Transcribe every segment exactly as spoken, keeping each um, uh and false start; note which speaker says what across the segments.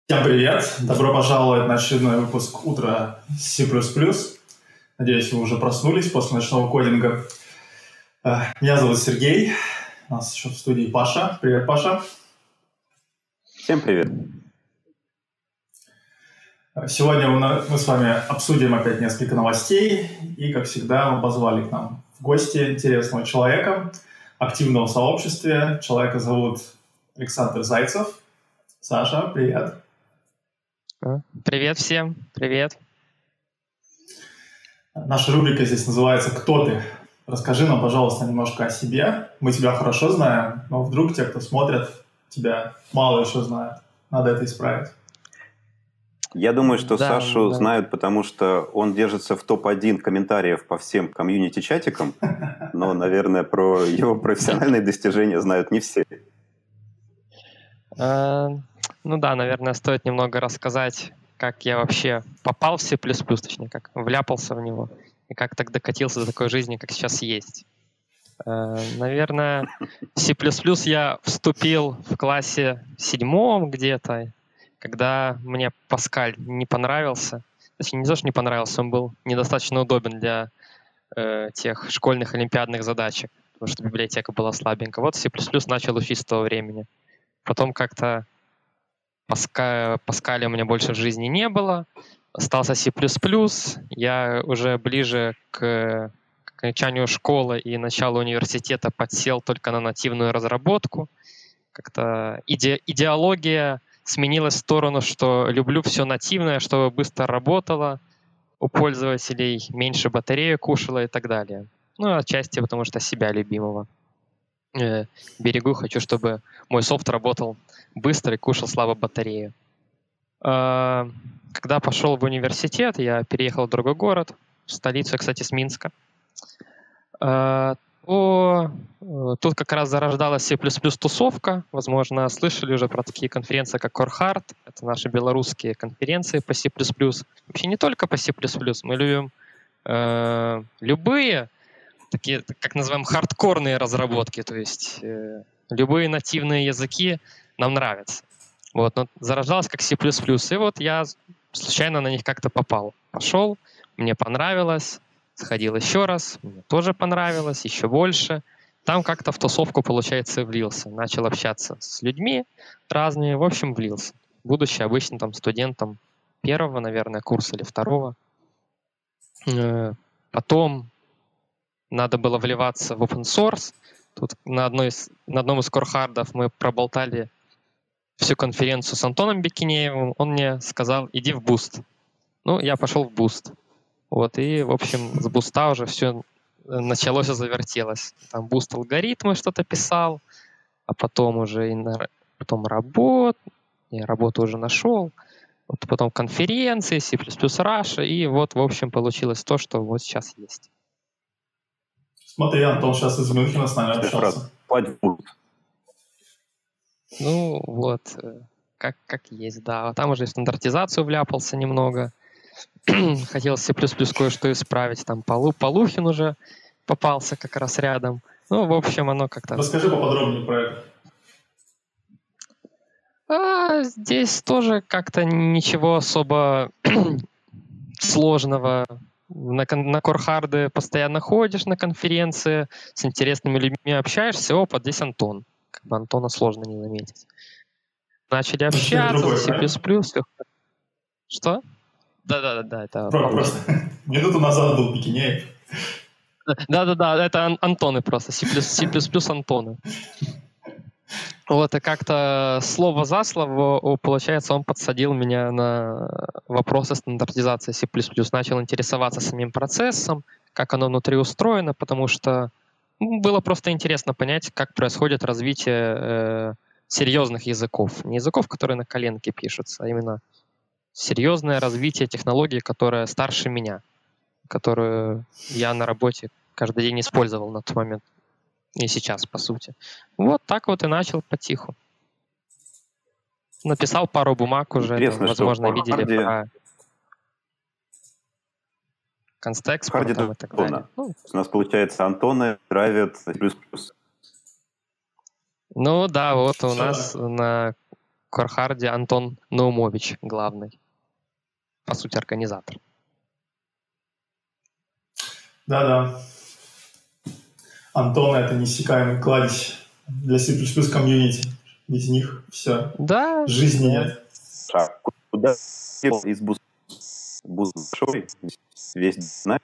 Speaker 1: Всем привет! Добро пожаловать на очередной выпуск «Утро C++». Надеюсь, вы уже проснулись после ночного кодинга. Меня зовут Сергей. У нас еще в студии Паша. Привет, Паша.
Speaker 2: Всем привет.
Speaker 1: Сегодня мы с вами обсудим опять несколько новостей. И, как всегда, мы позвали к нам в гости интересного человека, активного в сообществе. Человека зовут Александр Зайцев. Саша, привет.
Speaker 3: Привет всем, привет.
Speaker 1: Наша рубрика здесь называется «Кто ты?». Расскажи нам, пожалуйста, немножко о себе. Мы тебя хорошо знаем, но вдруг те, кто смотрят, тебя мало еще знают. Надо это исправить.
Speaker 2: Я думаю, что
Speaker 3: Да,
Speaker 2: Сашу
Speaker 3: да.
Speaker 2: знают, потому что он держится в топ один комментариев по всем комьюнити-чатикам, но, наверное, про его профессиональные достижения знают не все.
Speaker 3: Э, Ну да, наверное, стоит немного рассказать, как я вообще попал в C++, точнее, как вляпался в него, и как так докатился до такой жизни, как сейчас есть. Э, Наверное, в C++ я вступил в классе седьмом где-то, когда мне Паскаль не понравился. Точнее, не то, что не понравился, он был недостаточно удобен для э, тех школьных олимпиадных задачек, потому что библиотека была слабенькая. Вот C++ начал учить с того времени. Потом как-то Паска... Паскаля у меня больше в жизни не было. Остался C++. Я уже ближе к к окончанию школы и началу университета подсел только на нативную разработку. Как-то иде... идеология сменилась в сторону, что люблю все нативное, чтобы быстро работало, у пользователей меньше батареи кушало и так далее. Ну, отчасти потому что себя любимого э, берегу, хочу, чтобы мой софт работал быстро и кушал слабо батарею. А, Когда пошел в университет, я переехал в другой город, в столицу, кстати, с Минска. А, то, э, Тут как раз зарождалась C++ тусовка. Возможно, слышали уже про такие конференции, как CoreHard. Это наши белорусские конференции по C++. Вообще не только по C++. Мы любим э, любые такие, как называем, хардкорные разработки, то есть э, любые нативные языки нам нравятся. Вот, но зарождалось как C++, и вот я случайно на них как-то попал. Пошел, мне понравилось, сходил еще раз, мне тоже понравилось, еще больше. Там как-то в тусовку, получается, и влился. Начал общаться с людьми разными, в общем, влился. Будучи обычным там студентом первого, наверное, курса или второго. Э, Потом надо было вливаться в open source. Тут на, одной из, на одном из корхардов мы проболтали всю конференцию с Антоном Бекинеевым. Он мне сказал, иди в Boost. Ну, я пошел в Boost. Вот, и, в общем, с Boost уже все началось и завертелось. Там Boost алгоритмы что-то писал, а потом уже и на, потом работ, я работу уже нашел. Вот потом конференции, C++ Russia, и вот, в общем, получилось то, что вот сейчас есть.
Speaker 1: Смотри, Антон сейчас из Мюнхена с нами общался.
Speaker 3: Ну, вот, э, как, как есть, да. Там уже и в стандартизацию вляпался немного. Хотел C++ кое-что исправить. Там Полу, Полухин уже попался как раз рядом. Ну, в общем, оно как-то...
Speaker 1: Расскажи поподробнее про это.
Speaker 3: А, здесь тоже как-то ничего особо сложного. На, кон- на корхарды постоянно ходишь на конференции, с интересными людьми общаешься. Опа, здесь Антон. Как бы Антона сложно не заметить. Начали
Speaker 1: Ну, человек
Speaker 3: общаться,
Speaker 1: другой,
Speaker 3: C++.
Speaker 1: правильно?
Speaker 3: Что? Да-да-да, это
Speaker 1: Про-
Speaker 3: Полухин.
Speaker 1: Просто минуту назад был Бекинеев.
Speaker 3: Да-да-да, это Ан- Антоны просто, C++, C++ Антоны. Вот, и как-то слово за слово, о, получается, он подсадил меня на вопросы стандартизации C++. Начал интересоваться самим процессом, как оно внутри устроено, потому что ну, было просто интересно понять, как происходит развитие э, серьезных языков. Не языков, которые на коленке пишутся, а именно серьезное развитие технологий, которая старше меня, которую я на работе каждый день использовал на тот момент. И сейчас, по сути. Вот так вот и начал потиху. Написал пару бумаг уже,
Speaker 2: Интересно,
Speaker 3: там, возможно,
Speaker 2: что в
Speaker 3: видели
Speaker 2: Харде-
Speaker 3: про констекспорт
Speaker 2: Харде
Speaker 3: там и так
Speaker 2: Антона.
Speaker 3: далее. Ну,
Speaker 2: У нас, получается, Антоны драйвят C++.
Speaker 3: ну да, вот у
Speaker 1: Всё
Speaker 3: нас на Корхарде Антон Наумович главный, по сути, организатор.
Speaker 1: Да-да. Антон — это неиссякаемый кладезь для C++ комьюнити. Без них все.
Speaker 3: Да.
Speaker 1: Жизни нет.
Speaker 2: А куда из буст большой весь знает?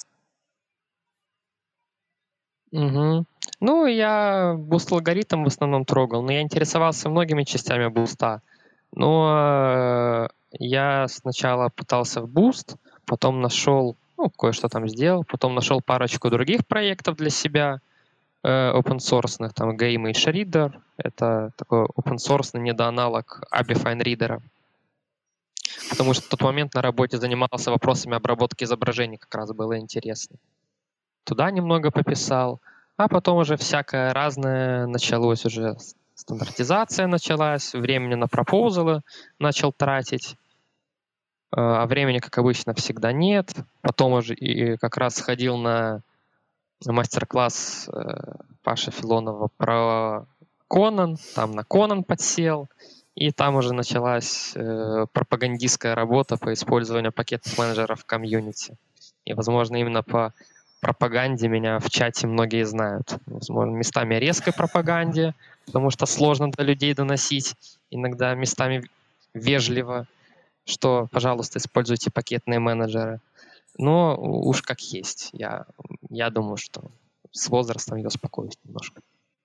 Speaker 3: Угу. Ну, я буст-алгоритм в основном трогал, но я интересовался многими частями буста. Но я сначала пытался в буст, потом нашел, ну, кое-что там сделал, потом нашел парочку других проектов для себя, open-source, там GameImage Reader, это такой open-source недоаналог Abifine Reader. Потому что в тот момент на работе занимался вопросами обработки изображений, как раз было интересно. Туда немного пописал, а потом уже всякое разное началось, уже стандартизация началась, времени на пропозалы начал тратить, а времени, как обычно, всегда нет. Потом уже и как раз сходил на мастер-класс Паши Филонова про Conan, там на Conan подсел, и там уже началась пропагандистская работа по использованию пакетных менеджеров в комьюнити. И, возможно, именно по пропаганде меня в чате многие знают. Возможно, местами резкой пропаганде, потому что сложно до людей доносить, иногда местами вежливо, что, пожалуйста, используйте пакетные менеджеры. Но уж как есть. Я, я думаю, что с возрастом я успокоюсь немножко.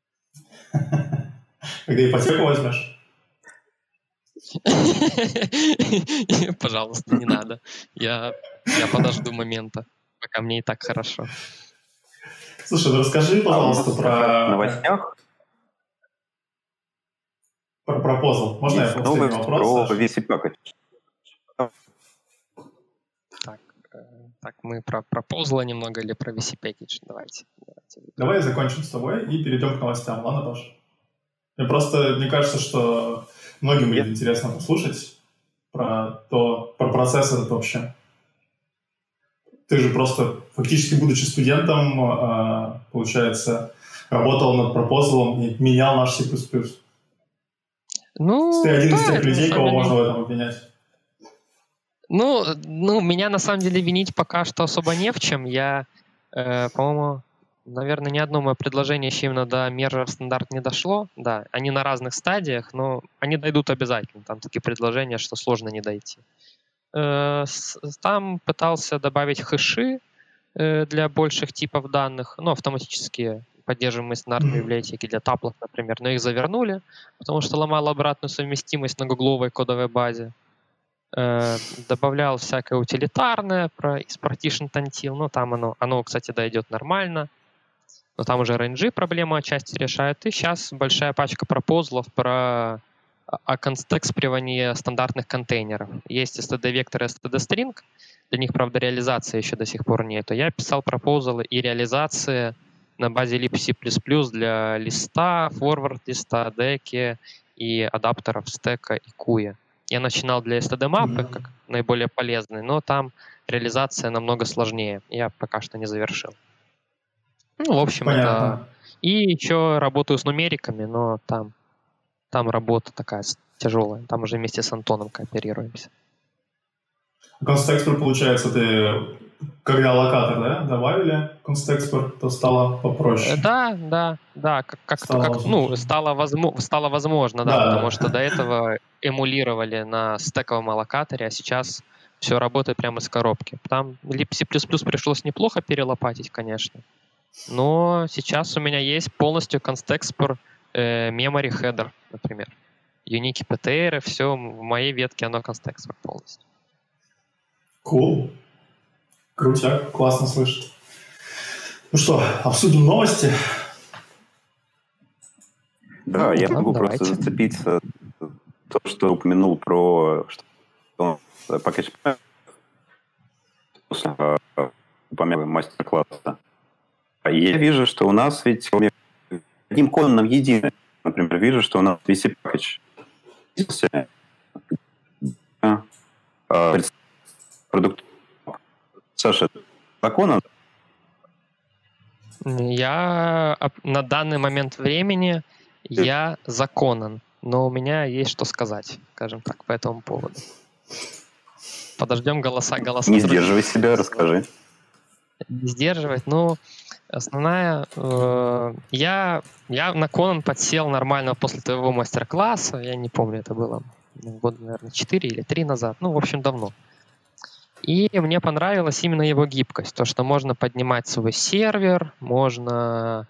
Speaker 1: Когда ипотеку возьмешь?
Speaker 3: Пожалуйста, не надо. Я, я подожду момента, пока мне и так хорошо.
Speaker 1: Слушай, ну расскажи, пожалуйста,
Speaker 2: а
Speaker 1: про...
Speaker 2: В новостях?
Speaker 1: Про пропозал. Можно я последний вопрос?
Speaker 2: Про ви си Package.
Speaker 3: Так, так, мы про пропозал немного или про ви си Package? Давайте. давайте.
Speaker 1: Давай закончим с тобой и перейдем к новостям. Ладно, Паша? Мне просто, мне кажется, что многим будет интересно послушать про то, про процесс этот вообще. Ты же просто, фактически будучи студентом, получается, работал над пропозалом и менял наш C++.
Speaker 3: Ну,
Speaker 1: ты один
Speaker 3: да,
Speaker 1: из тех людей, кого
Speaker 3: деле...
Speaker 1: можно в этом обвинять.
Speaker 3: Ну, ну, меня на самом деле винить пока что особо не в чем. Я, э, по-моему, наверное, ни одно мое предложение еще именно до Merger стандарт не дошло. Да, они на разных стадиях, но они дойдут обязательно. Там такие предложения, что сложно не дойти. Э, с, там пытался добавить хэши э, для больших типов данных, ну, автоматические поддерживаемые стандартные библиотеки для таплов, например, но их завернули, потому что ломало обратную совместимость на гугловой кодовой базе. Э, добавлял всякое утилитарное про из partition until, ну, там оно, оно, кстати, дойдет нормально. Но там уже рейнджи проблему отчасти решают. И сейчас большая пачка пропозлов про оконстекспривание стандартных контейнеров. Есть эс ти ди-вектор и эс ти ди-string. Для них, правда, реализации еще до сих пор нет. Я писал пропозалы и реализации на базе libc++ для листа, форвард-листа, деки и адаптеров стека и куя. Я начинал для эс ти ди-мапы, как наиболее полезный, но там реализация намного сложнее. Я пока что не завершил. Ну, в общем,
Speaker 1: Понятно.
Speaker 3: это... И еще работаю с нумериками, но там, там работа такая тяжелая. Там уже вместе с Антоном кооперируемся.
Speaker 1: Const-export, получается, ты, когда локатор, да, добавили Const-export, то стало попроще.
Speaker 3: Да, да, да. Как, как,
Speaker 1: стало,
Speaker 3: как, ну, стало, возможно, стало возможно, да,
Speaker 1: да,
Speaker 3: потому
Speaker 1: да.
Speaker 3: что до этого эмулировали на стековом аллокаторе, а сейчас все работает прямо из коробки. Там libc++ пришлось неплохо перелопатить, конечно. Но сейчас у меня есть полностью Const-export э, memory header, например. Unique пи ти ар, все в моей ветке, оно Const-export полностью.
Speaker 1: Cool. Крутяк, классно слышать. Ну что, обсудим новости?
Speaker 2: Да, ну, я
Speaker 3: да,
Speaker 2: могу
Speaker 3: давайте.
Speaker 2: просто зацепиться то, что упомянул про что пакет упомянул мастер-класса. Я вижу, что у нас ведь одним коном единым. Например, вижу, что у нас ви си Package. Продукт. Саша, закон?
Speaker 3: Я на данный момент времени я за Conan. но у меня есть что сказать, скажем так, по этому поводу. Подождем голоса, голоса.
Speaker 2: Не
Speaker 3: других.
Speaker 2: сдерживай себя, расскажи.
Speaker 3: Не сдерживать, ну, основная... Э, я, я на Conan подсел нормально после твоего мастер-класса, я не помню, это было года, наверное, четыре или три назад, ну, в общем, давно. И мне понравилась именно его гибкость, то, что можно поднимать свой сервер, можно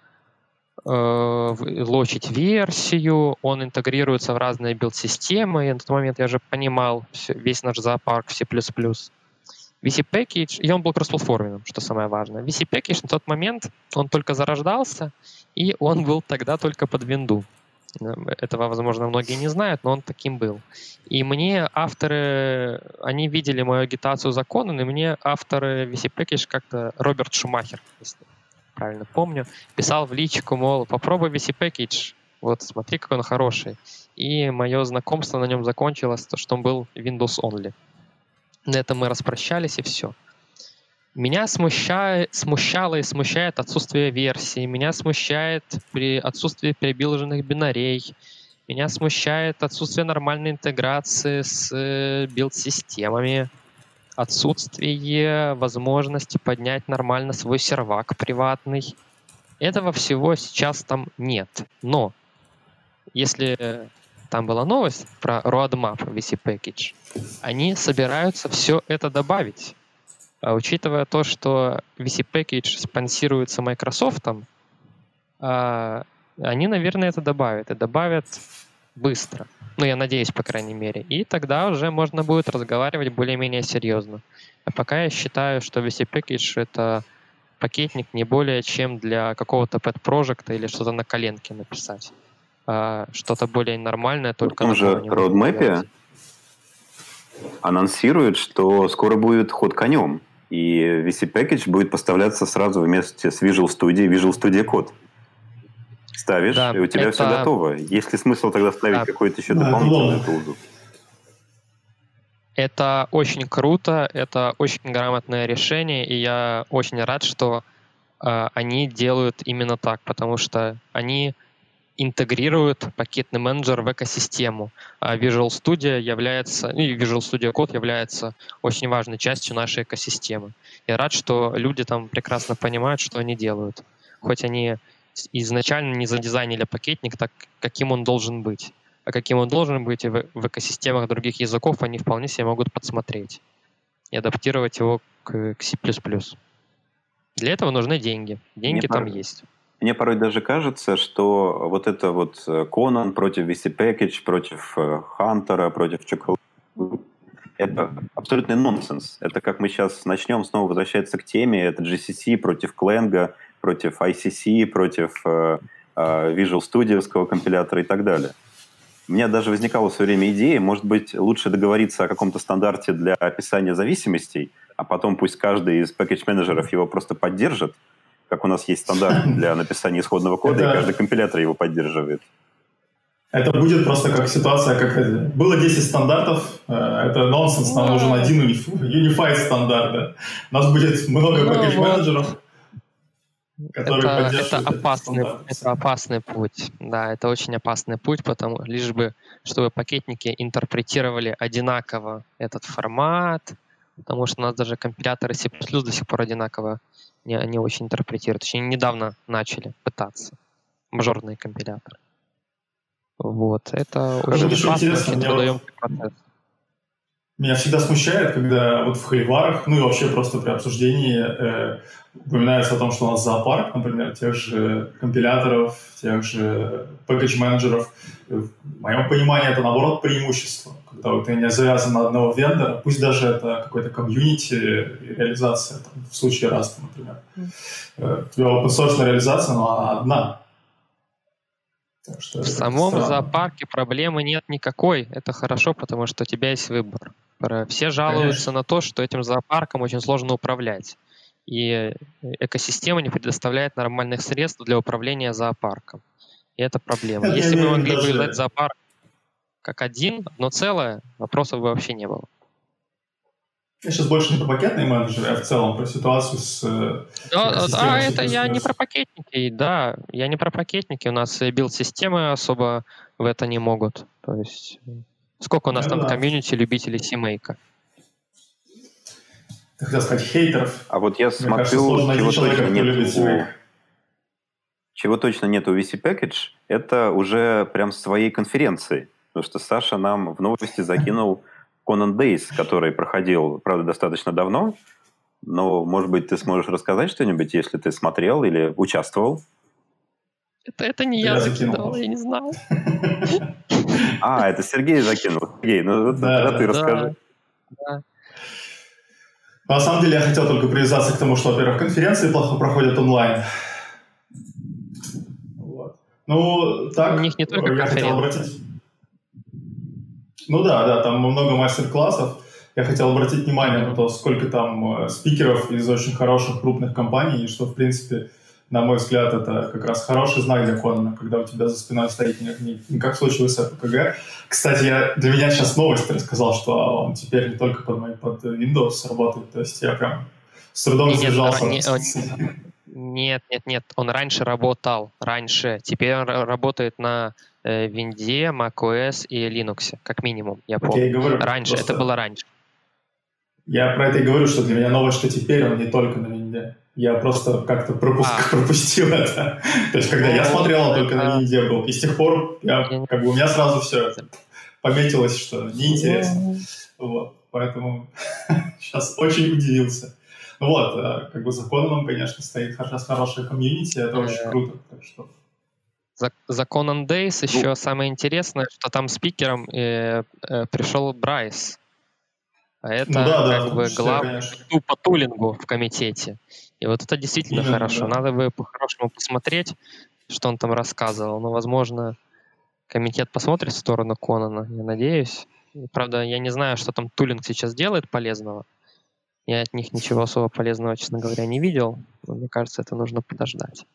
Speaker 3: э, лочить версию, он интегрируется в разные билд-системы, и на тот момент я уже понимал все, весь наш зоопарк в C++. ви си Package, и он был кроссплатформенным, что самое важное. ви си Package на тот момент, он только зарождался, и он был тогда только под винду. Этого, возможно, многие не знают, но он таким был. И мне авторы, они видели мою агитацию за Conan, и мне авторы ви си Package как-то, Роберт Шумахер, если правильно помню, писал в личку, мол, попробуй ви си Package, вот смотри, какой он хороший. И мое знакомство на нем закончилось, то, что он был Windows Only. На этом мы распрощались, и все. Меня смущает, смущало и смущает отсутствие версий, меня смущает при отсутствие перебилженных бинарей, меня смущает отсутствие нормальной интеграции с билд-системами, отсутствие возможности поднять нормально свой сервак приватный. Этого всего сейчас там нет. Но если... Там была новость про roadmap ви си Package. Они собираются все это добавить. А учитывая то, что ви си Package спонсируется Microsoft, а, они, наверное, это добавят. И добавят быстро. Ну, я надеюсь, по крайней мере. И тогда уже можно будет разговаривать более-менее серьезно. А пока я считаю, что ви си Package — это пакетник не более чем для какого-то pet-прожекта или что-то на коленке написать. А что-то более нормальное только
Speaker 2: на же роудмэпе анонсирует, что скоро будет ход конем, и ви си Package будет поставляться сразу вместе с Visual Studio и Visual Studio Code. Ставишь, да, и у тебя это... все готово. Есть ли смысл тогда ставить да. какой-то еще да, дополнительный тулзу?
Speaker 3: Это очень круто, это очень грамотное решение, и я очень рад, что э, они делают именно так, потому что они интегрируют пакетный менеджер в экосистему. А Visual Studio является, и Visual Studio Code является очень важной частью нашей экосистемы. Я рад, что люди там прекрасно понимают, что они делают. Хоть они изначально не задизайнили пакетник так, каким он должен быть. А каким он должен быть в, в экосистемах других языков, они вполне себе могут подсмотреть и адаптировать его к, к C++. Для этого нужны деньги. Деньги Мне там пора. есть.
Speaker 2: Мне порой даже кажется, что вот это вот Conan против ви си Package, против Хантера, против Чоколада, это абсолютный нонсенс. Это как мы сейчас начнем снова возвращаться к теме, это джи си си против Clang, против ай си си, против э, э, Visual Studio компилятора и так далее. У меня даже возникала в свое время идея, может быть, лучше договориться о каком-то стандарте для описания зависимостей, а потом пусть каждый из пакетч-менеджеров его просто поддержит, как у нас есть стандарт для написания исходного кода, это... и каждый компилятор его поддерживает.
Speaker 1: Это будет просто как ситуация, как это. Было десять стандартов, это нонсенс, нам нужен один unified стандарт. Да. У нас будет много пакетч-менеджеров, которые
Speaker 3: это,
Speaker 1: поддерживают
Speaker 3: это опасный, это опасный путь. Да, это очень опасный путь, потому лишь бы, чтобы пакетники интерпретировали одинаково этот формат, потому что у нас даже компиляторы C++ до сих пор одинаково не, не очень интерпретируют. Точнее, недавно начали пытаться. Мажорные компиляторы. Вот. Это очень опасно, очень трудоемкий процесс.
Speaker 1: Меня всегда смущает, когда вот в холиварах, ну и вообще просто при обсуждении э, упоминается о том, что у нас зоопарк, например, тех же компиляторов, тех же пакетч-менеджеров. В моем понимании это, наоборот, преимущество. Когда вот ты не завязан на одного вендора, пусть даже это какой-то комьюнити реализация, там, в случае Rust, например. Э, у тебя open-source реализация, но она одна.
Speaker 3: В самом странно. Зоопарке проблемы нет никакой. Это хорошо, потому что у тебя есть выбор. Все жалуются Конечно. на то, что этим зоопарком очень сложно управлять. И экосистема не предоставляет нормальных средств для управления зоопарком. И это проблема. Это Если бы мы могли даже... повязать зоопарк как один, одно целое, вопросов бы вообще не было.
Speaker 1: Я сейчас больше не про пакетные менеджеры, а в целом про ситуацию с
Speaker 3: Да, а это я не про пакетники, да, я не про пакетники. У нас билд-системы особо в это не могут. То есть сколько у нас
Speaker 1: ну,
Speaker 3: там
Speaker 1: да.
Speaker 3: комьюнити любителей CMake?
Speaker 1: Ты хотел сказать хейтеров.
Speaker 2: А вот я
Speaker 1: Мне
Speaker 2: смотрю,
Speaker 1: кажется, сложно найти
Speaker 2: чего
Speaker 1: человека,
Speaker 2: точно
Speaker 1: кто
Speaker 2: нет
Speaker 1: любит
Speaker 2: у...
Speaker 1: CMake.
Speaker 2: Чего точно нет у ви си Package, это уже прям своей конференции. Потому что Саша нам в новости закинул Conan Days, который проходил, правда, достаточно давно. Но, может быть, ты сможешь рассказать что-нибудь, если ты смотрел или участвовал?
Speaker 3: Это, это не
Speaker 1: Это
Speaker 3: я
Speaker 1: я
Speaker 3: закидывал,
Speaker 1: закинул.
Speaker 3: я не знал.
Speaker 2: А, это Сергей закинул. Сергей, ну
Speaker 1: Да,
Speaker 2: тогда
Speaker 1: да,
Speaker 2: ты
Speaker 1: да.
Speaker 2: расскажи.
Speaker 3: Да.
Speaker 1: На самом деле я хотел только привязаться к тому, что, во-первых, конференции плохо проходят онлайн. Вот. Ну, так,
Speaker 3: У них не только
Speaker 1: я хотел
Speaker 3: конференция.
Speaker 1: обратить... Ну да, да, там много мастер-классов. Я хотел обратить внимание на то, сколько там э, спикеров из очень хороших крупных компаний, и что, в принципе, на мой взгляд, это как раз хороший знак для Конана, когда у тебя за спиной стоит не, не, не как в случае с АПКГ. Кстати, я, для меня сейчас новость рассказал, что он теперь не только под, под Windows работает, то есть я прям с трудом
Speaker 3: Нет,
Speaker 1: связался.
Speaker 3: не- он- Нет, нет, нет, он раньше работал, раньше. Теперь он ра- работает на э, Винде, macOS и Linux, как минимум, я
Speaker 1: Окей,
Speaker 3: помню.
Speaker 1: говорю,
Speaker 3: Раньше,
Speaker 1: просто
Speaker 3: это было раньше.
Speaker 1: Я про это и говорю, что для меня новость, что теперь он не только на Винде. Я просто как-то пропуск,
Speaker 3: А.
Speaker 1: пропустил это. То есть, когда я
Speaker 3: Ну,
Speaker 1: смотрел, он только
Speaker 3: это-
Speaker 1: на Винде был. И с тех пор я,
Speaker 3: Я не-
Speaker 1: как бы, у меня сразу все пометилось, что неинтересно.
Speaker 3: Ну,
Speaker 1: Вот. Поэтому сейчас очень удивился. Ну вот, э, как бы за Конаном, конечно, стоит хорош- хорошая комьюнити, это очень
Speaker 3: Э.
Speaker 1: круто. Так что...
Speaker 3: За, за Conan Days еще самое интересное, что там спикером э, э, пришел Брайс. А это
Speaker 1: Ну да, да, в
Speaker 3: как
Speaker 1: том
Speaker 3: бы
Speaker 1: числе,
Speaker 3: главный
Speaker 1: конечно.
Speaker 3: ту- по тулингу в комитете. И вот это действительно
Speaker 1: Именно,
Speaker 3: хорошо.
Speaker 1: да.
Speaker 3: Надо бы по-хорошему посмотреть, что он там рассказывал. Но, возможно, комитет посмотрит в сторону Конана, я надеюсь. И, правда, я не знаю, что там тулинг сейчас делает полезного. Я от них ничего особо полезного, честно говоря, не видел. Но мне кажется, это нужно подождать.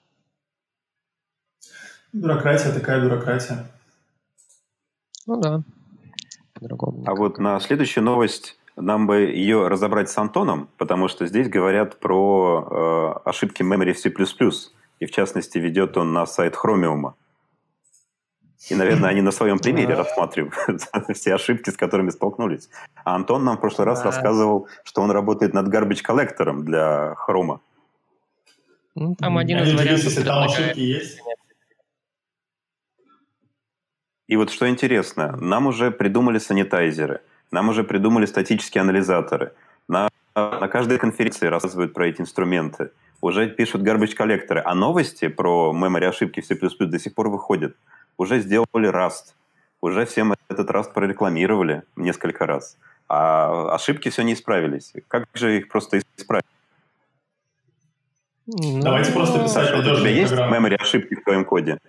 Speaker 1: Бюрократия, такая бюрократия.
Speaker 3: Ну да. По-другому.
Speaker 2: А
Speaker 3: никак.
Speaker 2: вот на следующую новость нам бы ее разобрать с Антоном, потому что здесь говорят про э, ошибки memory в C++. И в частности ведет он на сайт Chromium. И, наверное, они на своем примере рассматривают все ошибки, с которыми столкнулись. А Антон нам в прошлый раз
Speaker 3: Да.
Speaker 2: рассказывал, что он работает над garbage коллектором для Chrome.
Speaker 3: Ну, там один
Speaker 1: Я
Speaker 3: из
Speaker 1: не удивлюсь,
Speaker 3: вариантов
Speaker 1: если там
Speaker 3: предлагает.
Speaker 1: ошибки есть.
Speaker 2: И вот что интересно, нам уже придумали санитайзеры, нам уже придумали статические анализаторы. На, на каждой конференции рассказывают про эти инструменты. Уже пишут garbage коллекторы. А новости про memory ошибки в C++ до сих пор выходят. Уже сделали Rust. Уже всем этот Rust прорекламировали несколько раз. А ошибки все не исправились. Как же их просто исправить?
Speaker 3: Ну,
Speaker 1: Давайте просто писать
Speaker 2: У тебя
Speaker 1: надежные
Speaker 2: есть
Speaker 1: программы.
Speaker 2: memory ошибки в твоем коде?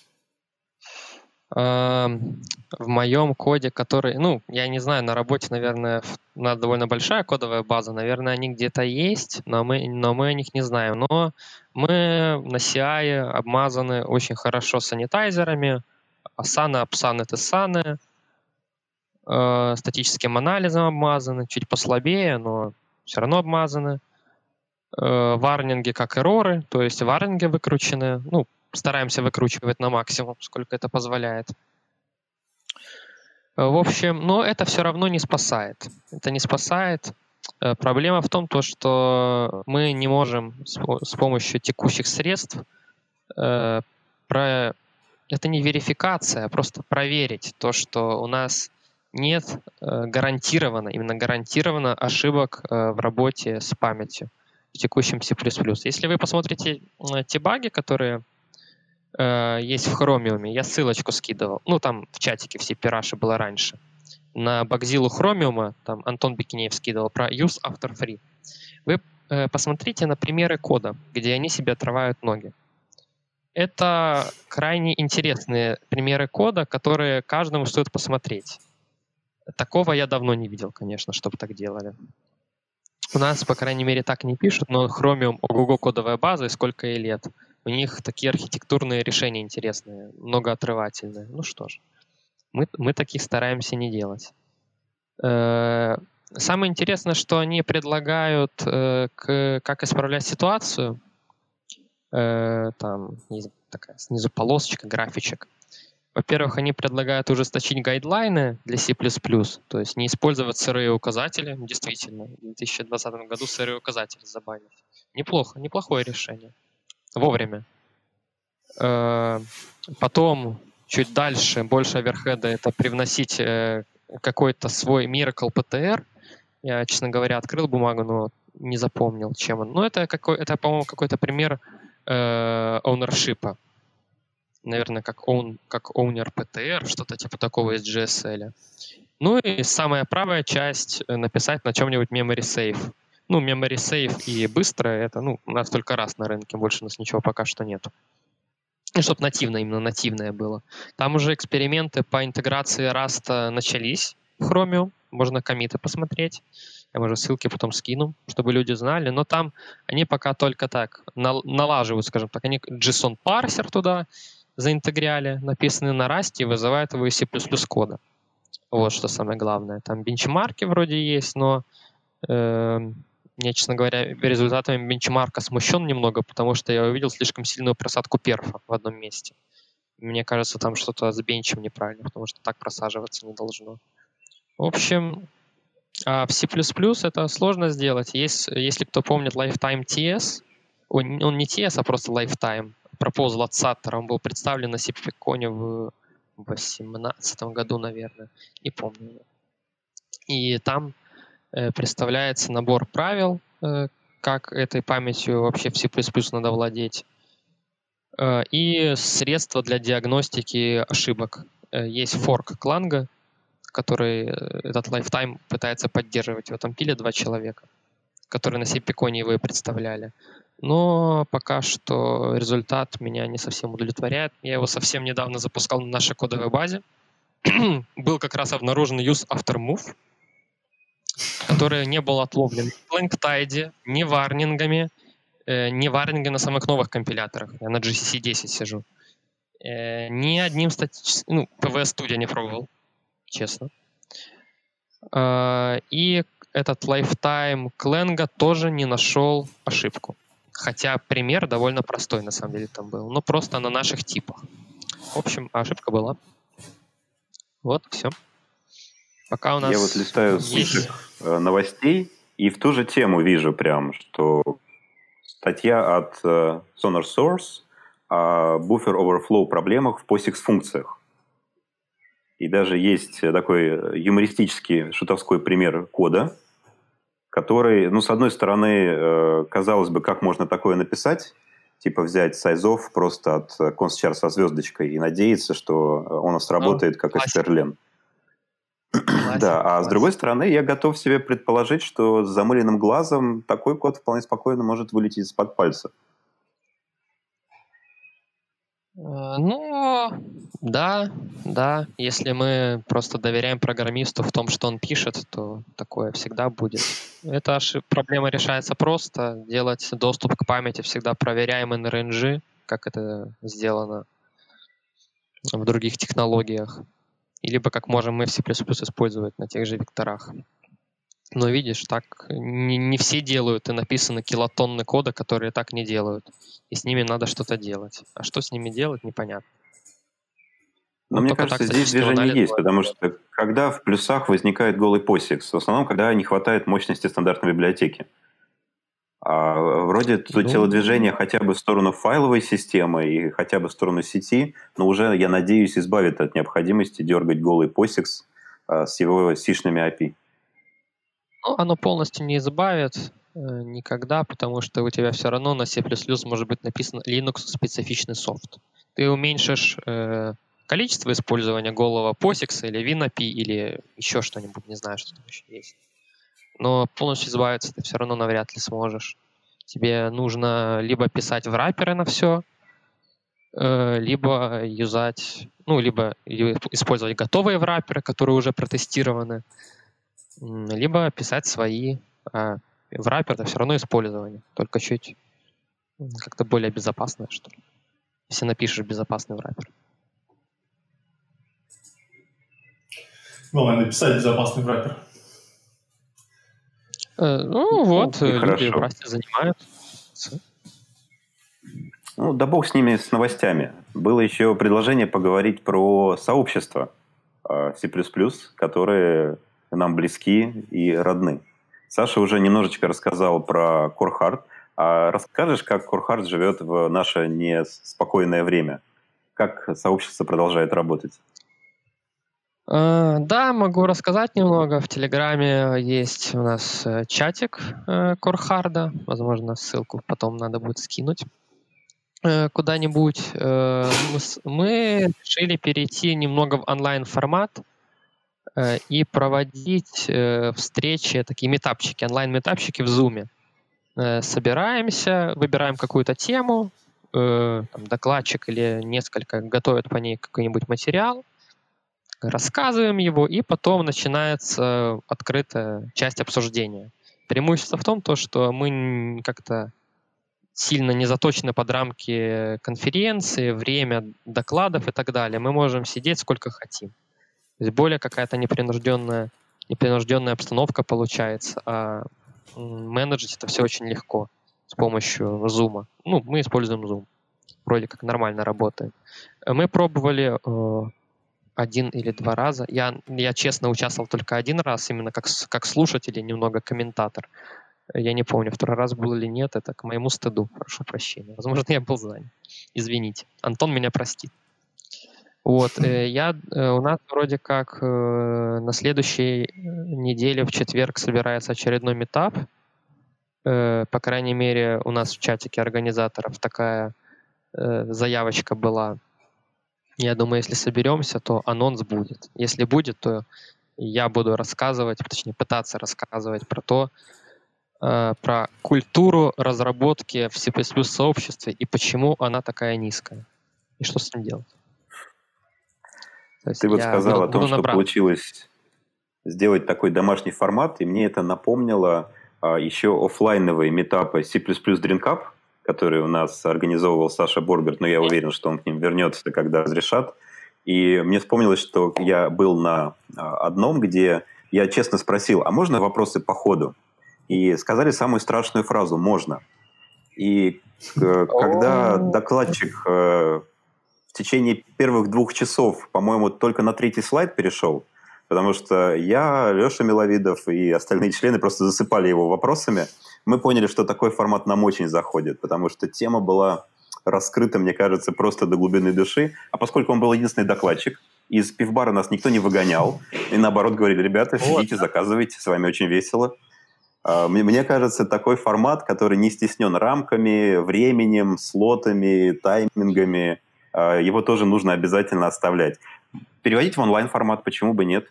Speaker 3: эм, в моем коде, который, ну, я не знаю, на работе, наверное, в- у нас довольно большая кодовая база, наверное, они где-то есть, но мы, но мы о них не знаем. Но мы на си ай обмазаны очень хорошо санитайзерами, асаны, апсаны, тесаны, э, статическим анализом обмазаны, чуть послабее, но все равно обмазаны. Э, варнинги как эроры, то есть варнинги выкручены, ну, стараемся выкручивать на максимум, сколько это позволяет. Э, В общем, но это все равно не спасает. Это не спасает. Э, Проблема в том, то, что мы не можем с по- с помощью текущих средств э, про... это не верификация, а просто проверить то, что у нас нет э, гарантированно, именно гарантированно ошибок э, в работе с памятью в текущем C++. Если вы посмотрите э, те баги, которые э, есть в Chromium, я ссылочку скидывал, ну там в чатике все пираши было раньше, на багзилу Chromium, там Антон Бекинеев скидывал про use after free. Вы э, посмотрите на примеры кода, где они себе отрывают ноги. Это крайне интересные примеры кода, которые каждому стоит посмотреть. Такого я давно не видел, конечно, чтобы так делали. У нас, по крайней мере, так не пишут, но Chromium, ого-го, кодовая база, и сколько ей лет. У них такие архитектурные решения интересные, многоотрывательные. Ну что ж, мы, мы таких стараемся не делать. Э, самое интересное, что они предлагают, э, к, как исправлять ситуацию. Э, там есть такая снизу полосочка, графичек. Во-первых, они предлагают ужесточить гайдлайны для C++, то есть не использовать сырые указатели. Действительно, в две тысячи двадцатом году сырые указатели забанить. Неплохо, неплохое решение. Вовремя. Э, потом, чуть дальше, больше оверхеда, это привносить э, какой-то свой Miracle пи ти ар. Я, честно говоря, открыл бумагу, но не запомнил, чем он. Ну, это, какой, это по-моему, какой-то пример э, ownership. Наверное, как, own, как owner пи ти ар, что-то типа такого из джи эс эл. Ну и самая правая часть — написать на чем-нибудь memory safe. Ну, memory safe и быстро — это, ну, у нас только раз на рынке, больше у нас ничего пока что нет. И чтобы нативно, именно нативное было. Там уже эксперименты по интеграции Rust начались в Chromium, можно коммиты посмотреть. Я, может, ссылки потом скину, чтобы люди знали. Но там они пока только так налаживают, скажем так. Они JSON-парсер туда заинтегряли, написанный на Rust, и вызывают его из C++ кода. Вот что самое главное. Там бенчмарки вроде есть, но э, я, честно говоря, результатами бенчмарка смущен немного, потому что я увидел слишком сильную просадку перфа в одном месте. Мне кажется, там что-то с бенчем неправильно, потому что так просаживаться не должно. В общем, а в C++ это сложно сделать. Есть, если кто помнит Lifetime ти эс, он, он не ти эс, а просто Lifetime, proposal от Satter, он был представлен на CPCon в две тысячи восемнадцатом году, наверное, не помню. И там э, представляется набор правил, э, как этой памятью вообще в C++ надо владеть, э, и средства для диагностики ошибок. Э, есть форк Кланга, который этот Lifetime пытается поддерживать. В этом пиле два человека, которые на CPCon его и представляли. Но пока что результат меня не совсем удовлетворяет. Я его совсем недавно запускал на нашей кодовой базе. Был как раз обнаружен use after move, который не был отловлен в Langtide, ни варнингами, э, ни варнингами на самых новых компиляторах. Я на джи си си десять сижу. Э, ни одним статическим... Ну, пи ви эс Studio не пробовал, честно. Э, и этот Lifetime Clang тоже не нашел ошибку. Хотя пример довольно простой, на самом деле, там был. Но просто на наших типах. В общем, ошибка была. Вот, все. Пока у нас
Speaker 2: Я вот листаю
Speaker 3: есть...
Speaker 2: новостей и в ту же тему вижу прям, что статья от uh, Sonar Source о buffer overflow проблемах в POSIX-функциях. И даже есть такой юмористический шутовской пример кода, который, ну, с одной стороны, казалось бы, как можно такое написать, типа взять сайзов просто от const char со звездочкой и надеяться, что он сработает ну, как эсперлен. Да, а с другой стороны, я готов себе предположить, что с замыленным глазом такой код вполне спокойно может вылететь из-под пальца.
Speaker 3: Ну, да, да. Если мы просто доверяем программисту в том, что он пишет, то такое всегда будет. Эта проблема решается просто. Делать доступ к памяти всегда проверяем эн эр эн джи, как это сделано в других технологиях. И либо как можем мы в C++ использовать на тех же векторах. Но видишь, так не, не все делают, и написаны килотонны кода, которые так не делают. И с ними надо что-то делать. А что с ними делать, непонятно.
Speaker 2: Но вот мне кажется, здесь движение есть, потому что когда в плюсах возникает голый POSIX, в основном, когда не хватает мощности стандартной библиотеки. А вроде ну... телодвижение хотя бы в сторону файловой системы и хотя бы в сторону сети, но уже, я надеюсь, избавит от необходимости дергать голый POSIX а, с его сишными эй пи ай.
Speaker 3: Ну, оно полностью не избавит э, никогда, потому что у тебя все равно на C++ может быть написан Linux-специфичный софт. Ты уменьшишь э, количество использования голого POSIX или WinAPI или еще что-нибудь, не знаю, что там еще есть. Но полностью избавиться ты все равно навряд ли сможешь. Тебе нужно либо писать в враперы на все, э, либо юзать, ну, либо использовать готовые враперы, которые уже протестированы, либо писать свои. А враппер — это все равно использование, только чуть как-то более безопасное, что ли. Если напишешь безопасный враппер.
Speaker 1: Главное написать безопасный враппер.
Speaker 3: Э, ну вот,
Speaker 2: Ну, и
Speaker 3: э, люди в
Speaker 2: хорошо.
Speaker 3: Расте занимаются.
Speaker 2: Ну, да бог с ними, с новостями. Было еще предложение поговорить про сообщества э, C++, которые нам близки и родны. Саша уже немножечко рассказал про CoreHeart. А расскажешь, как CoreHeart живет в наше неспокойное время? Как сообщество продолжает работать?
Speaker 3: Э, Да, могу рассказать немного. В Телеграме есть у нас э, чатик э, Корхарда. Возможно, ссылку потом надо будет скинуть э, куда-нибудь. Э, Мы с- мы решили перейти немного в онлайн-формат э, и проводить э, встречи, такие метапчики, онлайн-метапчики в Zoom. Э, Собираемся, выбираем какую-то тему, э, там, докладчик или несколько готовят по ней какой-нибудь материал, рассказываем его, и потом начинается открытая часть обсуждения. Преимущество в том, то, что мы н- как-то сильно не заточены под рамки конференции, время докладов и так далее. Мы можем сидеть сколько хотим. То есть более какая-то непринужденная, непринужденная обстановка получается, а м, менеджить это все очень легко с помощью Zoom. Ну, мы используем Zoom. Вроде как нормально работает. Э, Мы пробовали э, один или два раза. Я, я честно участвовал только один раз, именно как, с- как слушатель и немного комментатор. Я не помню, второй раз был или нет, это к моему стыду, прошу прощения. Возможно, я был занят. Извините. Антон меня простит. Вот, э, я, э, у нас вроде как э, на следующей э, неделе в четверг собирается очередной метап. Э, По крайней мере, у нас в чатике организаторов такая э, заявочка была. Я думаю, если соберемся, то анонс будет. Если будет, то я буду рассказывать, точнее пытаться рассказывать про то, э, про культуру разработки в C++ сообществе и почему она такая низкая. И что с ним делать. То есть
Speaker 2: Ты вот
Speaker 3: я
Speaker 2: сказал
Speaker 3: буду,
Speaker 2: о том,
Speaker 3: буду
Speaker 2: что
Speaker 3: набрать.
Speaker 2: получилось сделать такой домашний формат, и мне это напомнило а, еще оффлайновые метапы C++ Dream Cup, которые у нас организовывал Саша Борберт, но я уверен, что он к ним вернется, когда разрешат. И мне вспомнилось, что я был на а, одном, где я честно спросил, а можно вопросы по ходу? И сказали самую страшную фразу «можно». И э, когда
Speaker 3: О,
Speaker 2: докладчик э, в течение первых двух часов, по-моему, только на третий слайд перешел, потому что я, Леша Миловидов и остальные члены просто засыпали его вопросами, мы поняли, что такой формат нам очень заходит, потому что тема была раскрыта, мне кажется, просто до глубины души. А поскольку он был единственный докладчик, из пивбара нас никто не выгонял, и наоборот говорили, ребята,
Speaker 3: вот.
Speaker 2: сидите, заказывайте, с вами очень весело. А, Мне, мне кажется, такой формат, который не стеснен рамками, временем, слотами, таймингами, а, его тоже нужно обязательно оставлять. Переводить в онлайн-формат, почему бы нет?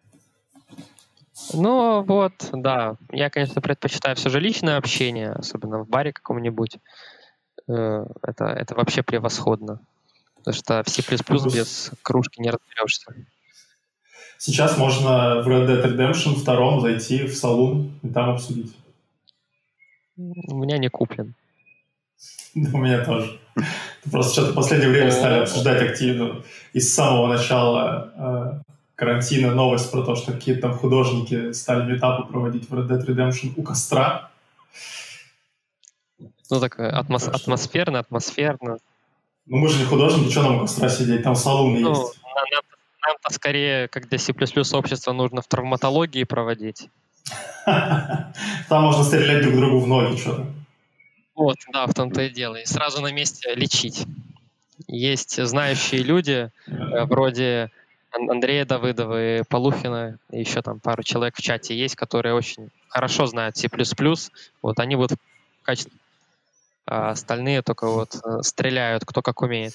Speaker 3: Ну вот, да. Я, конечно, предпочитаю все же личное общение, особенно в баре каком-нибудь. Э, Это, это вообще превосходно. Потому что в C++
Speaker 1: Плюс
Speaker 3: без кружки не разберешься.
Speaker 1: сейчас можно в Red Dead Redemption два зайти в салон и там обсудить.
Speaker 3: У меня не куплен.
Speaker 1: Да, у меня тоже. Просто что-то в последнее время стали
Speaker 3: О,
Speaker 1: обсуждать активно. И с самого начала э, карантина новость про то, что какие-то там художники стали метапы проводить в Red Dead Redemption у костра.
Speaker 3: Ну так э, атмос-
Speaker 1: Так что,
Speaker 3: атмосферно, атмосферно.
Speaker 1: ну мы же не художники, что нам у костра сидеть? Там салуны
Speaker 3: Ну,
Speaker 1: есть.
Speaker 3: на- нам- нам-то скорее, как для C++ сообщества, нужно в травматологии проводить.
Speaker 1: Там можно стрелять друг другу в ноги, что-то.
Speaker 3: Вот, да, в том-то и дело. И сразу на месте лечить. Есть знающие люди, э, вроде Ан- Андрея Давыдова и Полухина, и еще там пару человек в чате есть, которые очень хорошо знают C++. Вот они вот в качестве, а остальные только вот э, стреляют, кто как умеет.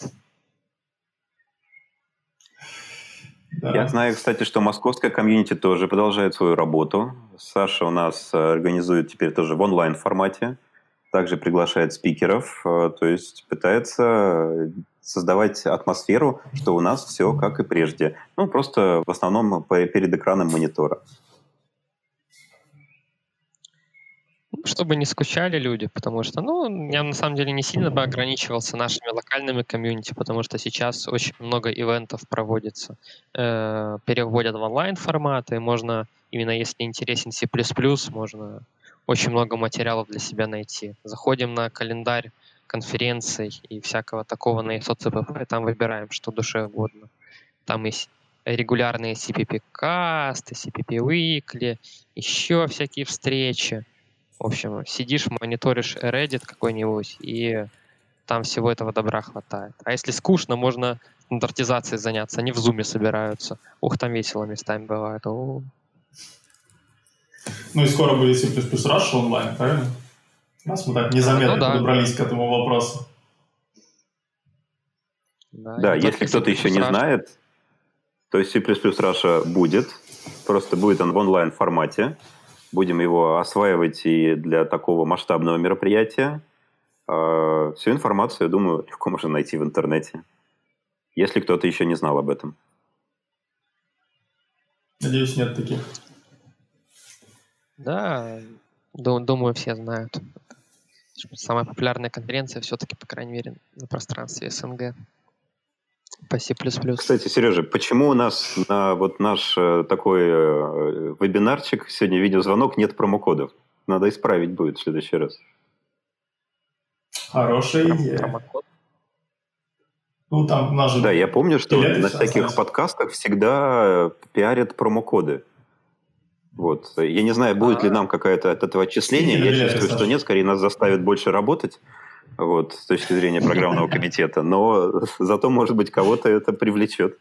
Speaker 2: Я
Speaker 1: Да.
Speaker 2: знаю, кстати, что московская комьюнити тоже продолжает свою работу. Саша у нас э, организует теперь тоже в онлайн-формате, также приглашает спикеров, э, то есть пытается создавать атмосферу, что у нас все как и прежде. Ну, просто в основном по- перед экраном монитора.
Speaker 3: Ну, чтобы не скучали люди, потому что, ну, я на самом деле не сильно бы ограничивался нашими локальными комьюнити, потому что сейчас очень много ивентов проводится, э, переводят в онлайн форматы, можно, именно если интересен C++, можно очень много материалов для себя найти. Заходим на календарь конференций и всякого такого на ИСО-ЦПП, там выбираем, что душе угодно. Там есть регулярные си пи пи-касты, си пи пи-weekly, еще всякие встречи. В общем, сидишь, мониторишь Reddit какой-нибудь, и там всего этого добра хватает. А если скучно, можно стандартизацией заняться. Они в Zoom собираются. Ух, там весело местами бывает. О-о-о.
Speaker 1: Ну и скоро будет C++ Rush онлайн, правильно? Нас мы так незаметно
Speaker 3: ну, да.
Speaker 1: подобрались к этому вопросу.
Speaker 3: Да,
Speaker 2: да если кто-то еще не знает, то C++ Russia будет. Просто будет он в онлайн-формате. Будем его осваивать и для такого масштабного мероприятия. Всю информацию, я думаю, легко можно найти в интернете, если кто-то еще не знал об этом.
Speaker 1: Надеюсь, нет таких.
Speaker 3: Да, думаю, все знают. Самая популярная конференция все-таки, по крайней мере, на пространстве СНГ по C++.
Speaker 2: Кстати, Сережа, почему у нас на вот наш такой вебинарчик сегодня видеозвонок нет промокодов? Надо исправить будет в следующий раз.
Speaker 1: Хорошая идея. Промокод. Ну, там нажим.
Speaker 2: Да, я помню, что на всяких остались. подкастах всегда пиарят промокоды. Вот. Я не знаю, будет А-а-а. ли нам какое-то от этого отчисление. Я чувствую, Саша. что нет, скорее нас заставят больше работать, вот, с точки зрения программного комитета. Но зато, может быть, кого-то это привлечет.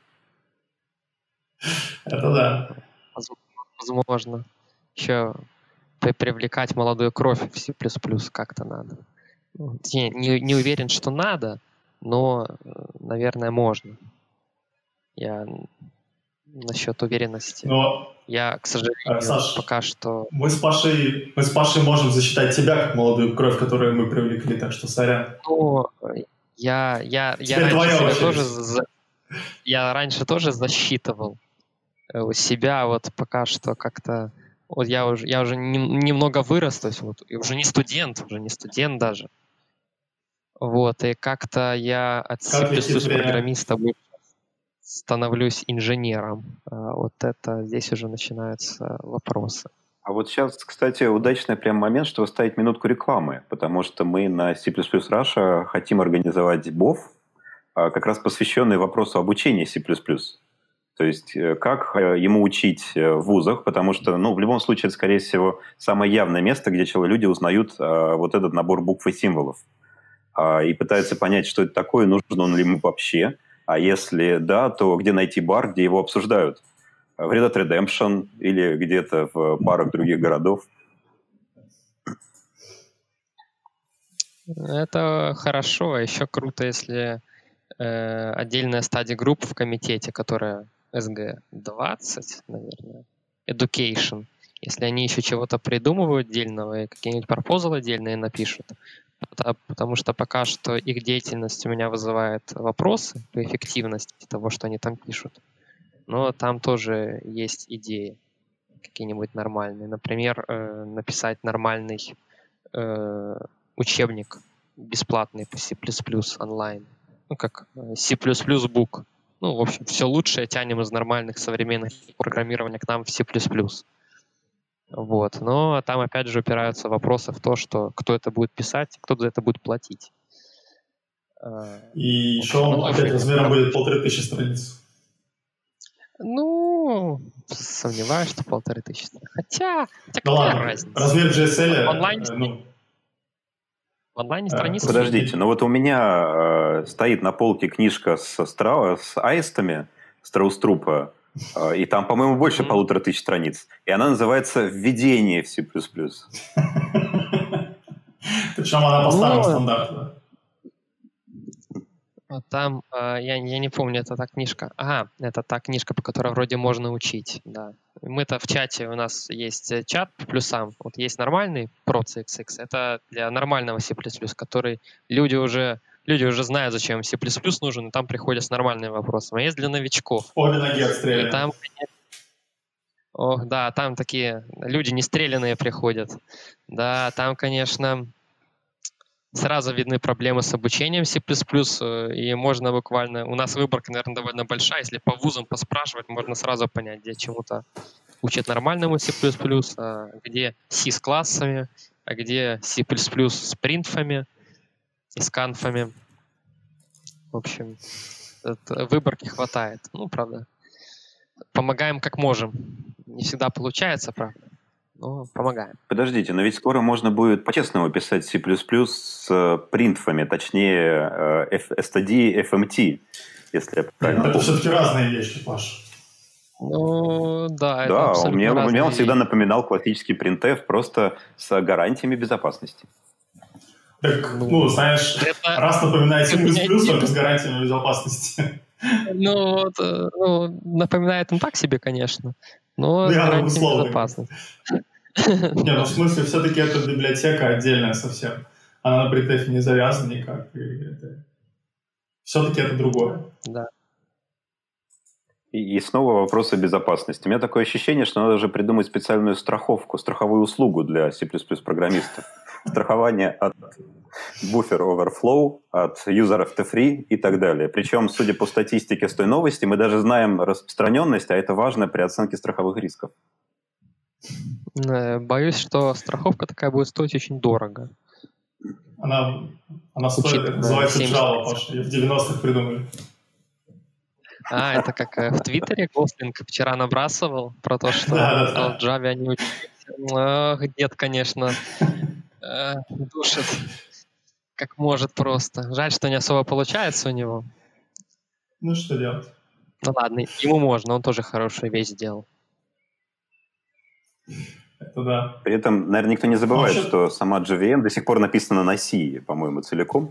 Speaker 1: Это да.
Speaker 3: Возможно. Еще привлекать молодую кровь в C++ как-то надо. Не, не, не уверен, что надо, но, наверное, можно. Я насчет уверенности.
Speaker 1: Но,
Speaker 3: я, к сожалению,
Speaker 1: Саш,
Speaker 3: пока что...
Speaker 1: Мы с, Пашей, мы с Пашей можем засчитать тебя как молодую кровь, которую мы привлекли, так что сорян.
Speaker 3: Ну, я, я, я, раньше себя тоже, за... я раньше тоже засчитывал у себя, вот пока что как-то... Вот я уже, я уже не, немного вырос, то есть вот, и уже не студент, уже не студент даже. Вот, и как-то я от C++ программиста становлюсь инженером. А вот это, здесь уже начинаются вопросы.
Speaker 2: А вот сейчас, кстати, удачный прям момент, чтобы вставить минутку рекламы, потому что мы на C++ Russia хотим организовать БОВ, как раз посвященный вопросу обучения C++. То есть как ему учить в вузах, потому что, ну, в любом случае, это, скорее всего, самое явное место, где люди узнают вот этот набор букв и символов. И пытаются понять, что это такое, нужен он ли ему вообще. А если да, то где найти бар, где его обсуждают? В Red Dead Redemption или где-то в барах других городов?
Speaker 3: Это хорошо. А еще круто, если э, отдельная стадия групп в комитете, которая эс джи двадцать, наверное, Education, если они еще чего-то придумывают отдельного и какие-нибудь пропозалы отдельные напишут, потому что пока что их деятельность у меня вызывает вопросы по эффективности того, что они там пишут. Но там тоже есть идеи какие-нибудь нормальные. Например, э, написать нормальный э, учебник бесплатный по C++ онлайн. Ну, как C++ Book. Ну, в общем, все лучшее тянем из нормальных современных программирования к нам в C++. Вот. Но там опять же упираются вопросы в то, что кто это будет писать, кто за это будет платить.
Speaker 1: И еще он опять размером будет полторы тысячи страниц.
Speaker 3: Ну, сомневаюсь, что полторы тысячи. Хотя, хотя
Speaker 1: ну, ладно,
Speaker 3: разница?
Speaker 1: Размер джей эс эл...
Speaker 3: Онлайн,
Speaker 1: ну,
Speaker 3: в онлайне страницы...
Speaker 2: Подождите, ну вот у меня э, стоит на полке книжка с, страу... с аистами Страуструпа, и там, по-моему, больше mm-hmm. полутора тысяч страниц. И она называется «Введение в C++».
Speaker 1: Причем она по старому стандарту.
Speaker 3: Там, я, я не помню, это та книжка. Ага, это та книжка, по которой вроде можно учить, да. Мы-то в чате, у нас есть чат по плюсам. Вот есть нормальный Pro-си икс икс, это для нормального C++, который люди уже... Люди уже знают, зачем C++ нужен, и там приходят с нормальными вопросами. А есть для новичков.
Speaker 1: Обе ноги отстреляны.
Speaker 3: И там, ох, да, там такие люди не стрелянные приходят. Да, там, конечно, сразу видны проблемы с обучением C++, и можно буквально... У нас выборка, наверное, довольно большая. Если по вузам поспрашивать, можно сразу понять, где чему-то учат нормальному C++, а где C с классами, а где C++ с принтфами и с канфами. В общем, выборки хватает. Ну, правда, помогаем как можем. Не всегда получается, правда, но помогаем.
Speaker 2: Подождите, но ведь скоро можно будет по-честному писать C++ с принтфами, точнее эс ти ди, эф эм ти, если я правильно помню.
Speaker 1: Это все-таки разные вещи, Паш.
Speaker 3: Ну, да, это
Speaker 2: Да,
Speaker 3: абсолютно
Speaker 2: мне,
Speaker 3: разные
Speaker 2: мне он всегда
Speaker 3: вещи.
Speaker 2: напоминал классический printf, просто с гарантиями безопасности.
Speaker 1: Так,
Speaker 3: Ну,
Speaker 1: ну, знаешь,
Speaker 3: это-
Speaker 1: раз напоминает C++,
Speaker 3: у меня нет.
Speaker 1: только с гарантиями безопасности.
Speaker 3: Ну, вот, э, ну, напоминает он так себе, конечно, но
Speaker 1: Ну,
Speaker 3: с
Speaker 1: я
Speaker 3: гарантией
Speaker 1: условно.
Speaker 3: безопасности.
Speaker 1: Не, ну в смысле, все-таки это библиотека отдельная совсем. Она на притефе не завязана никак. И это... Все-таки это другое.
Speaker 3: Да.
Speaker 2: И, и снова вопрос о безопасности. У меня такое ощущение, что надо же придумать специальную страховку, страховую услугу для C++ программистов. Страхование от буфер overflow, от юзеров ти-фри и так далее. Причем, судя по статистике с той новости, мы даже знаем распространенность, а это важно при оценке страховых рисков.
Speaker 3: Э, Боюсь, что страховка такая будет стоить очень дорого.
Speaker 1: Она, она стоит,
Speaker 3: Учитывая
Speaker 1: это называется
Speaker 3: семьдесят
Speaker 1: Java, Паша. Ее в девяностых придумали.
Speaker 3: А, это как э, в Твиттере Гослинг вчера набрасывал про то, что
Speaker 1: Да-да-да.
Speaker 3: в Java они учились. Ох, дед, конечно, э, душит как может просто. Жаль, что не особо получается у него.
Speaker 1: Ну, что делать?
Speaker 3: Ну ладно, ему можно, он тоже хорошую вещь сделал.
Speaker 1: Это да.
Speaker 2: При этом, наверное, никто не забывает,
Speaker 1: Вообще-
Speaker 2: что сама джей ви эм до сих пор написана на C, по-моему, целиком.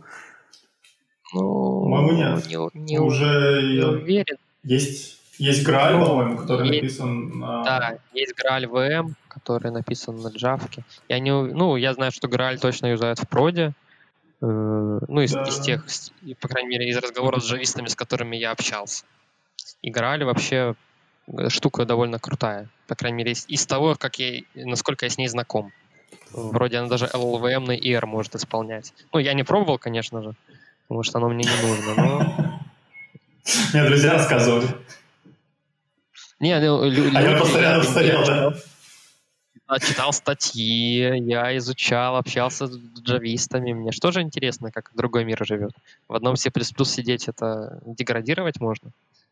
Speaker 3: Ну,
Speaker 1: По-моему, нет.
Speaker 3: Не, не,
Speaker 1: Уже
Speaker 3: не
Speaker 1: ее-
Speaker 3: уверен.
Speaker 1: есть, есть Graal,
Speaker 3: Ну,
Speaker 1: по-моему, который
Speaker 3: есть-
Speaker 1: написан на...
Speaker 3: Да, есть Graal ви эм, который написан на Java. Я не, у- ну, я знаю, что Graal точно юзают в проде. Э, Ну, из,
Speaker 1: Да.
Speaker 3: из тех, с- и, по крайней мере, из разговоров с джавистами, с которыми я общался. И Graal вообще э, штука довольно крутая. По крайней мере, из, из того, как я, насколько я с ней знаком. Вроде она даже эл эл ви эм-ный и эр может исполнять. Ну, я не пробовал, конечно же, потому что оно мне не нужно, но...
Speaker 1: Мне друзья рассказывали.
Speaker 3: Не, ну, лю-
Speaker 1: А я
Speaker 3: люди-
Speaker 1: просто рядом
Speaker 3: я-
Speaker 1: стоял,
Speaker 3: я
Speaker 1: да?
Speaker 3: читал- читал статьи, я изучал, общался с джавистами. Мне что же интересно, как другой мир живет. В одном C++ сидеть — это деградировать можно.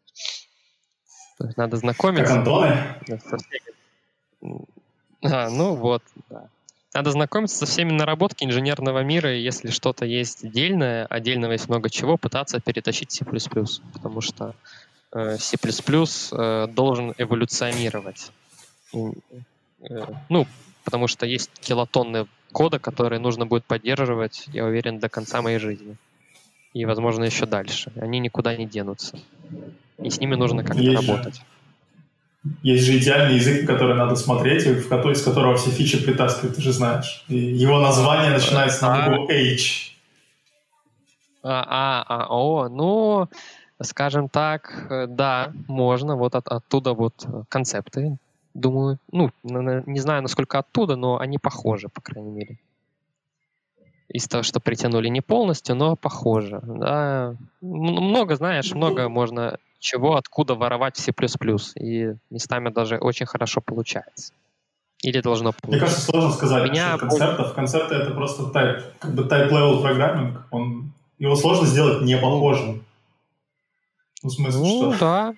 Speaker 3: То есть надо
Speaker 1: Как
Speaker 3: знакомиться
Speaker 1: Антоны.
Speaker 3: со всеми. А, ну вот, да. Надо знакомиться со всеми наработками инженерного мира, и если что-то есть дельное, а дельного есть много чего, пытаться перетащить C++. Потому что э, C++ э, должен эволюционировать. И, э, ну, потому что есть килотонны кода, которые нужно будет поддерживать, я уверен, до конца моей жизни. И, возможно, еще дальше. Они никуда не денутся. И с ними нужно как-то
Speaker 1: Есть же.
Speaker 3: работать.
Speaker 1: Есть же идеальный язык, который надо смотреть, и в ко- из которого все фичи притаскивают, ты же знаешь. И его название начинается на букву H.
Speaker 3: А, а, а, о, ну, скажем так, э, да, можно. Вот от- оттуда вот э, концепты, думаю, ну, на- на- не знаю, насколько оттуда, но они похожи, по крайней мере. Из того, что притянули не полностью, но похоже. Да. М- Много, знаешь, много можно чего, откуда воровать в C++. И местами даже очень хорошо получается. Или должно
Speaker 1: Мне
Speaker 3: получиться.
Speaker 1: кажется, сложно сказать
Speaker 3: Меня
Speaker 1: насчет концептов. Концепты — это просто type, как бы type-level программинг. Он, его сложно сделать не похожим. Ну, в смысле,
Speaker 3: Ну,
Speaker 1: что...
Speaker 3: да.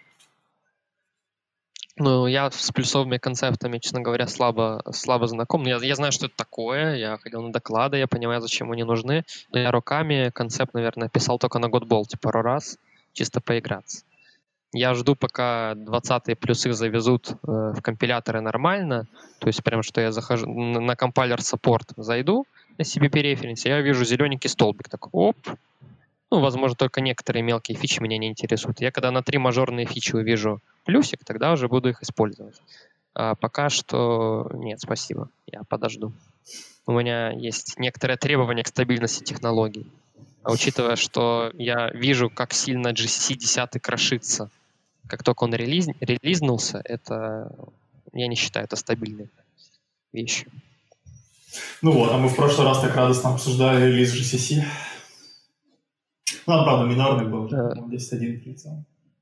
Speaker 3: Ну, я с плюсовыми концептами, честно говоря, слабо, слабо знаком. Я, я знаю, что это такое, я ходил на доклады, я понимаю, зачем они нужны, но я руками концепт, наверное, писал только на Godbolt пару раз, чисто поиграться. Я жду, пока двадцатые плюсы завезут э, в компиляторы нормально, то есть прям, что я захожу на, на компайлер саппорт зайду на си пи пи-референсе, я вижу зелененький столбик, так оп. Ну, возможно, только некоторые мелкие фичи меня не интересуют. Я когда на три мажорные фичи увижу плюсик, тогда уже буду их использовать. А пока что нет, спасибо, я подожду. У меня есть некоторые требования к стабильности технологий. А учитывая, что я вижу, как сильно джи си си десять крошится, как только он релиз, релизнулся, это, я не считаю это стабильной вещью.
Speaker 1: Ну вот, а мы в прошлый раз так радостно обсуждали релиз джи си си. Ну, он, правда, минорный был,
Speaker 3: Да.
Speaker 1: десять один прилетел.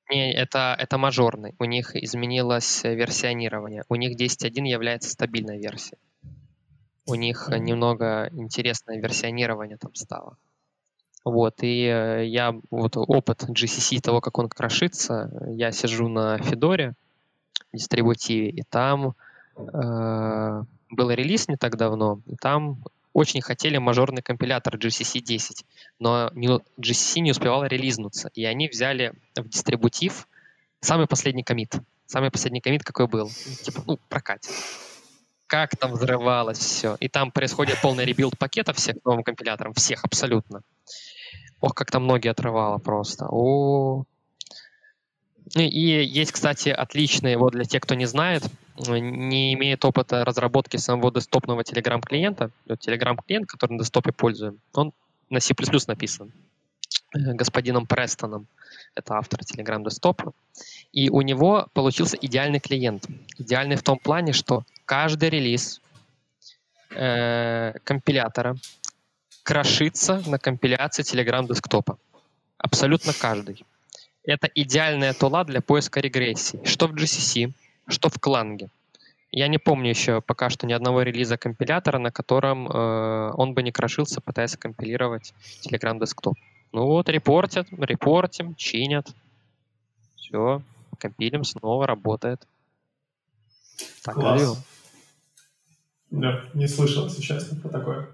Speaker 3: Не, это, это мажорный. У них изменилось версионирование. У них десять точка один является стабильной версией. У них
Speaker 1: Мгм.
Speaker 3: немного интересное версионирование там стало. Вот, и э, я, вот опыт джи си си, того, как он крошится, я сижу на Федоре, дистрибутиве, и там э, был релиз не так давно, и там очень хотели мажорный компилятор джи си си десять, но не- джи си си не успевал релизнуться, и они взяли в дистрибутив самый последний коммит. Самый последний коммит какой был. Типа, ну, прокатит. Как там взрывалось все. И там происходит полный ребилд пакетов всех новым компилятором. Всех абсолютно. Ох, как там многие отрывало просто. О. И, и есть, кстати, отличный, вот для тех, кто не знает, не имеет опыта разработки самого десктопного Telegram-клиента. Вот Telegram-клиент, который на десктопе пользуем, он на C++ написан э, господином Престоном. Это автор Telegram десктопа. И у него получился идеальный клиент. Идеальный в том плане, что каждый релиз э, компилятора крошится на компиляции Telegram десктопа. Абсолютно каждый. Это идеальная тула для поиска регрессий. Что в джи си си, что в Clang. Я не помню еще пока что ни одного релиза компилятора, на котором э, он бы не крошился, пытаясь компилировать Telegram десктоп. Ну вот, репортят, репортим, чинят. Все, компилим, снова работает. Так и
Speaker 1: Класс.
Speaker 3: живем.
Speaker 1: Да, не слышал, если честно, про такое.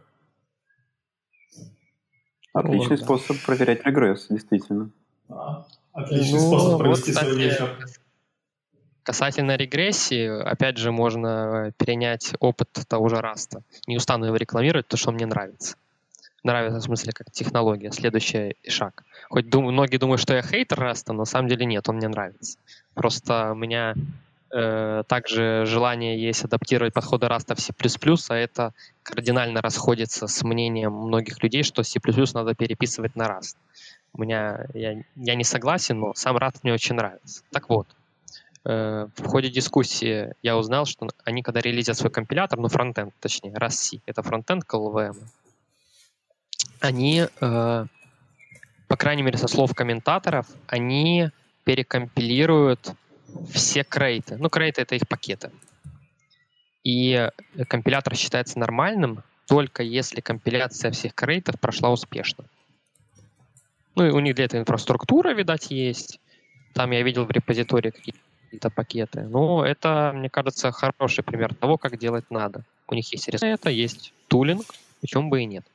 Speaker 2: Отличный
Speaker 3: Вот, да.
Speaker 2: способ проверять регресс, действительно.
Speaker 1: А, отличный
Speaker 3: Ну,
Speaker 1: способ
Speaker 3: вот,
Speaker 1: провести свой
Speaker 3: кстати,
Speaker 1: вечер.
Speaker 3: Касательно регрессии, опять же, можно перенять опыт того же Раста. Не устану его рекламировать, потому что он мне нравится. Нравится, в смысле, как технология, следующий шаг. Хоть дум, многие думают, что я хейтер Раста, но на самом деле нет, он мне нравится. Просто у меня э, также желание есть адаптировать подходы Раста в C++, а это кардинально расходится с мнением многих людей, что C++ надо переписывать на Rust. У меня, я, я не согласен, но сам Rust мне очень нравится. Так вот, в ходе дискуссии я узнал, что они, когда релизят свой компилятор, ну, фронтенд, точнее, Rust-C, это фронтенд к эл ви эм, они, э, по крайней мере, со слов комментаторов, они перекомпилируют все крейты. Ну, крейты — это их пакеты. И компилятор считается нормальным, только если компиляция всех крейтов прошла успешно. Ну, и у них для этого инфраструктура, видать, есть. Там я видел в репозитории какие-то какие-то пакеты. Ну, это, мне кажется, хороший пример того, как делать надо. У них есть ресурсы, это есть тулинг, почему бы и нет.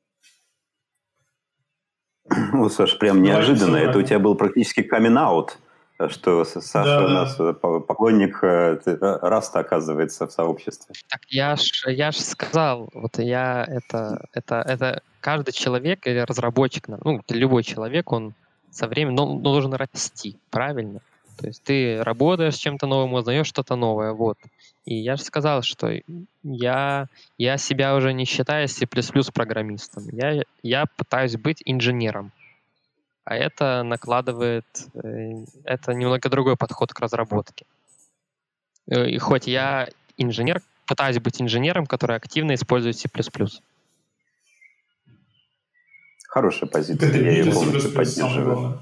Speaker 2: Ну, Саш, прям неожиданно. Это у тебя был практически камин-аут, что Саша
Speaker 1: Да,
Speaker 2: у
Speaker 1: да.
Speaker 2: нас поклонник Раста, оказывается, в сообществе.
Speaker 3: Так я ж, я ж сказал, вот я это, это, это каждый человек или разработчик, ну, любой человек, он со временем ну, должен расти, правильно? То есть ты работаешь с чем-то новым, узнаешь что-то новое, вот. И я же сказал, что я, я себя уже не считаю C++ программистом. Я, я пытаюсь быть инженером. А это накладывает... Это немного другой подход к разработке. И хоть я инженер, пытаюсь быть инженером, который активно использует C++.
Speaker 2: Хорошая позиция, я ее полностью поддерживаю.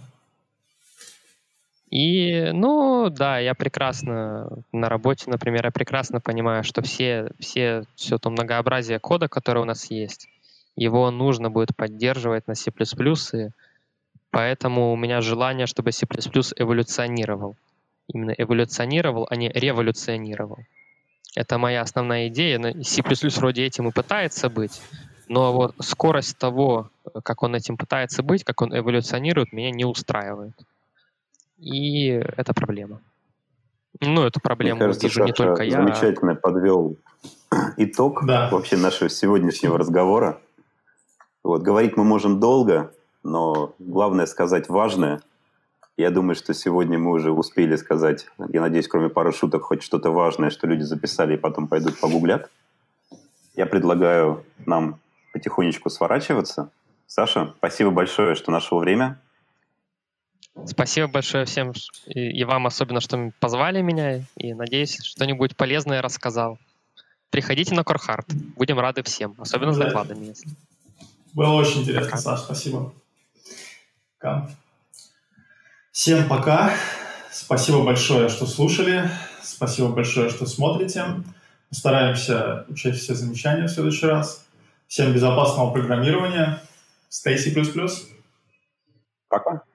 Speaker 3: И, ну, да, я прекрасно на работе, например, я прекрасно понимаю, что все, все, все то многообразие кода, которое у нас есть, его нужно будет поддерживать на C++, и поэтому у меня желание, чтобы C++ эволюционировал. Именно эволюционировал, а не революционировал. Это моя основная идея. C++ вроде этим и пытается быть, но вот скорость того, как он этим пытается быть, как он эволюционирует, меня не устраивает. И это проблема. Ну, эту проблему
Speaker 2: Мне кажется,
Speaker 3: вижу не
Speaker 2: Саша
Speaker 3: только я.
Speaker 2: замечательно подвел итог
Speaker 1: Да.
Speaker 2: вообще нашего сегодняшнего разговора. Вот, говорить мы можем долго, но главное сказать важное. Я думаю, что сегодня мы уже успели сказать, я надеюсь, кроме пары шуток, хоть что-то важное, что люди записали и потом пойдут погуглят. Я предлагаю нам потихонечку сворачиваться. Саша, спасибо большое, что нашел время.
Speaker 3: Спасибо большое всем и, и вам особенно, что позвали меня, и надеюсь, что-нибудь полезное рассказал. Приходите на Корхард, будем рады всем, особенно с докладами. Если.
Speaker 1: Было очень интересно, Саш, спасибо. Пока. Всем пока. Спасибо большое, что слушали. Спасибо большое, что смотрите. Постараемся учесть все замечания в следующий раз. Всем безопасного программирования. Stay C++.
Speaker 2: Пока.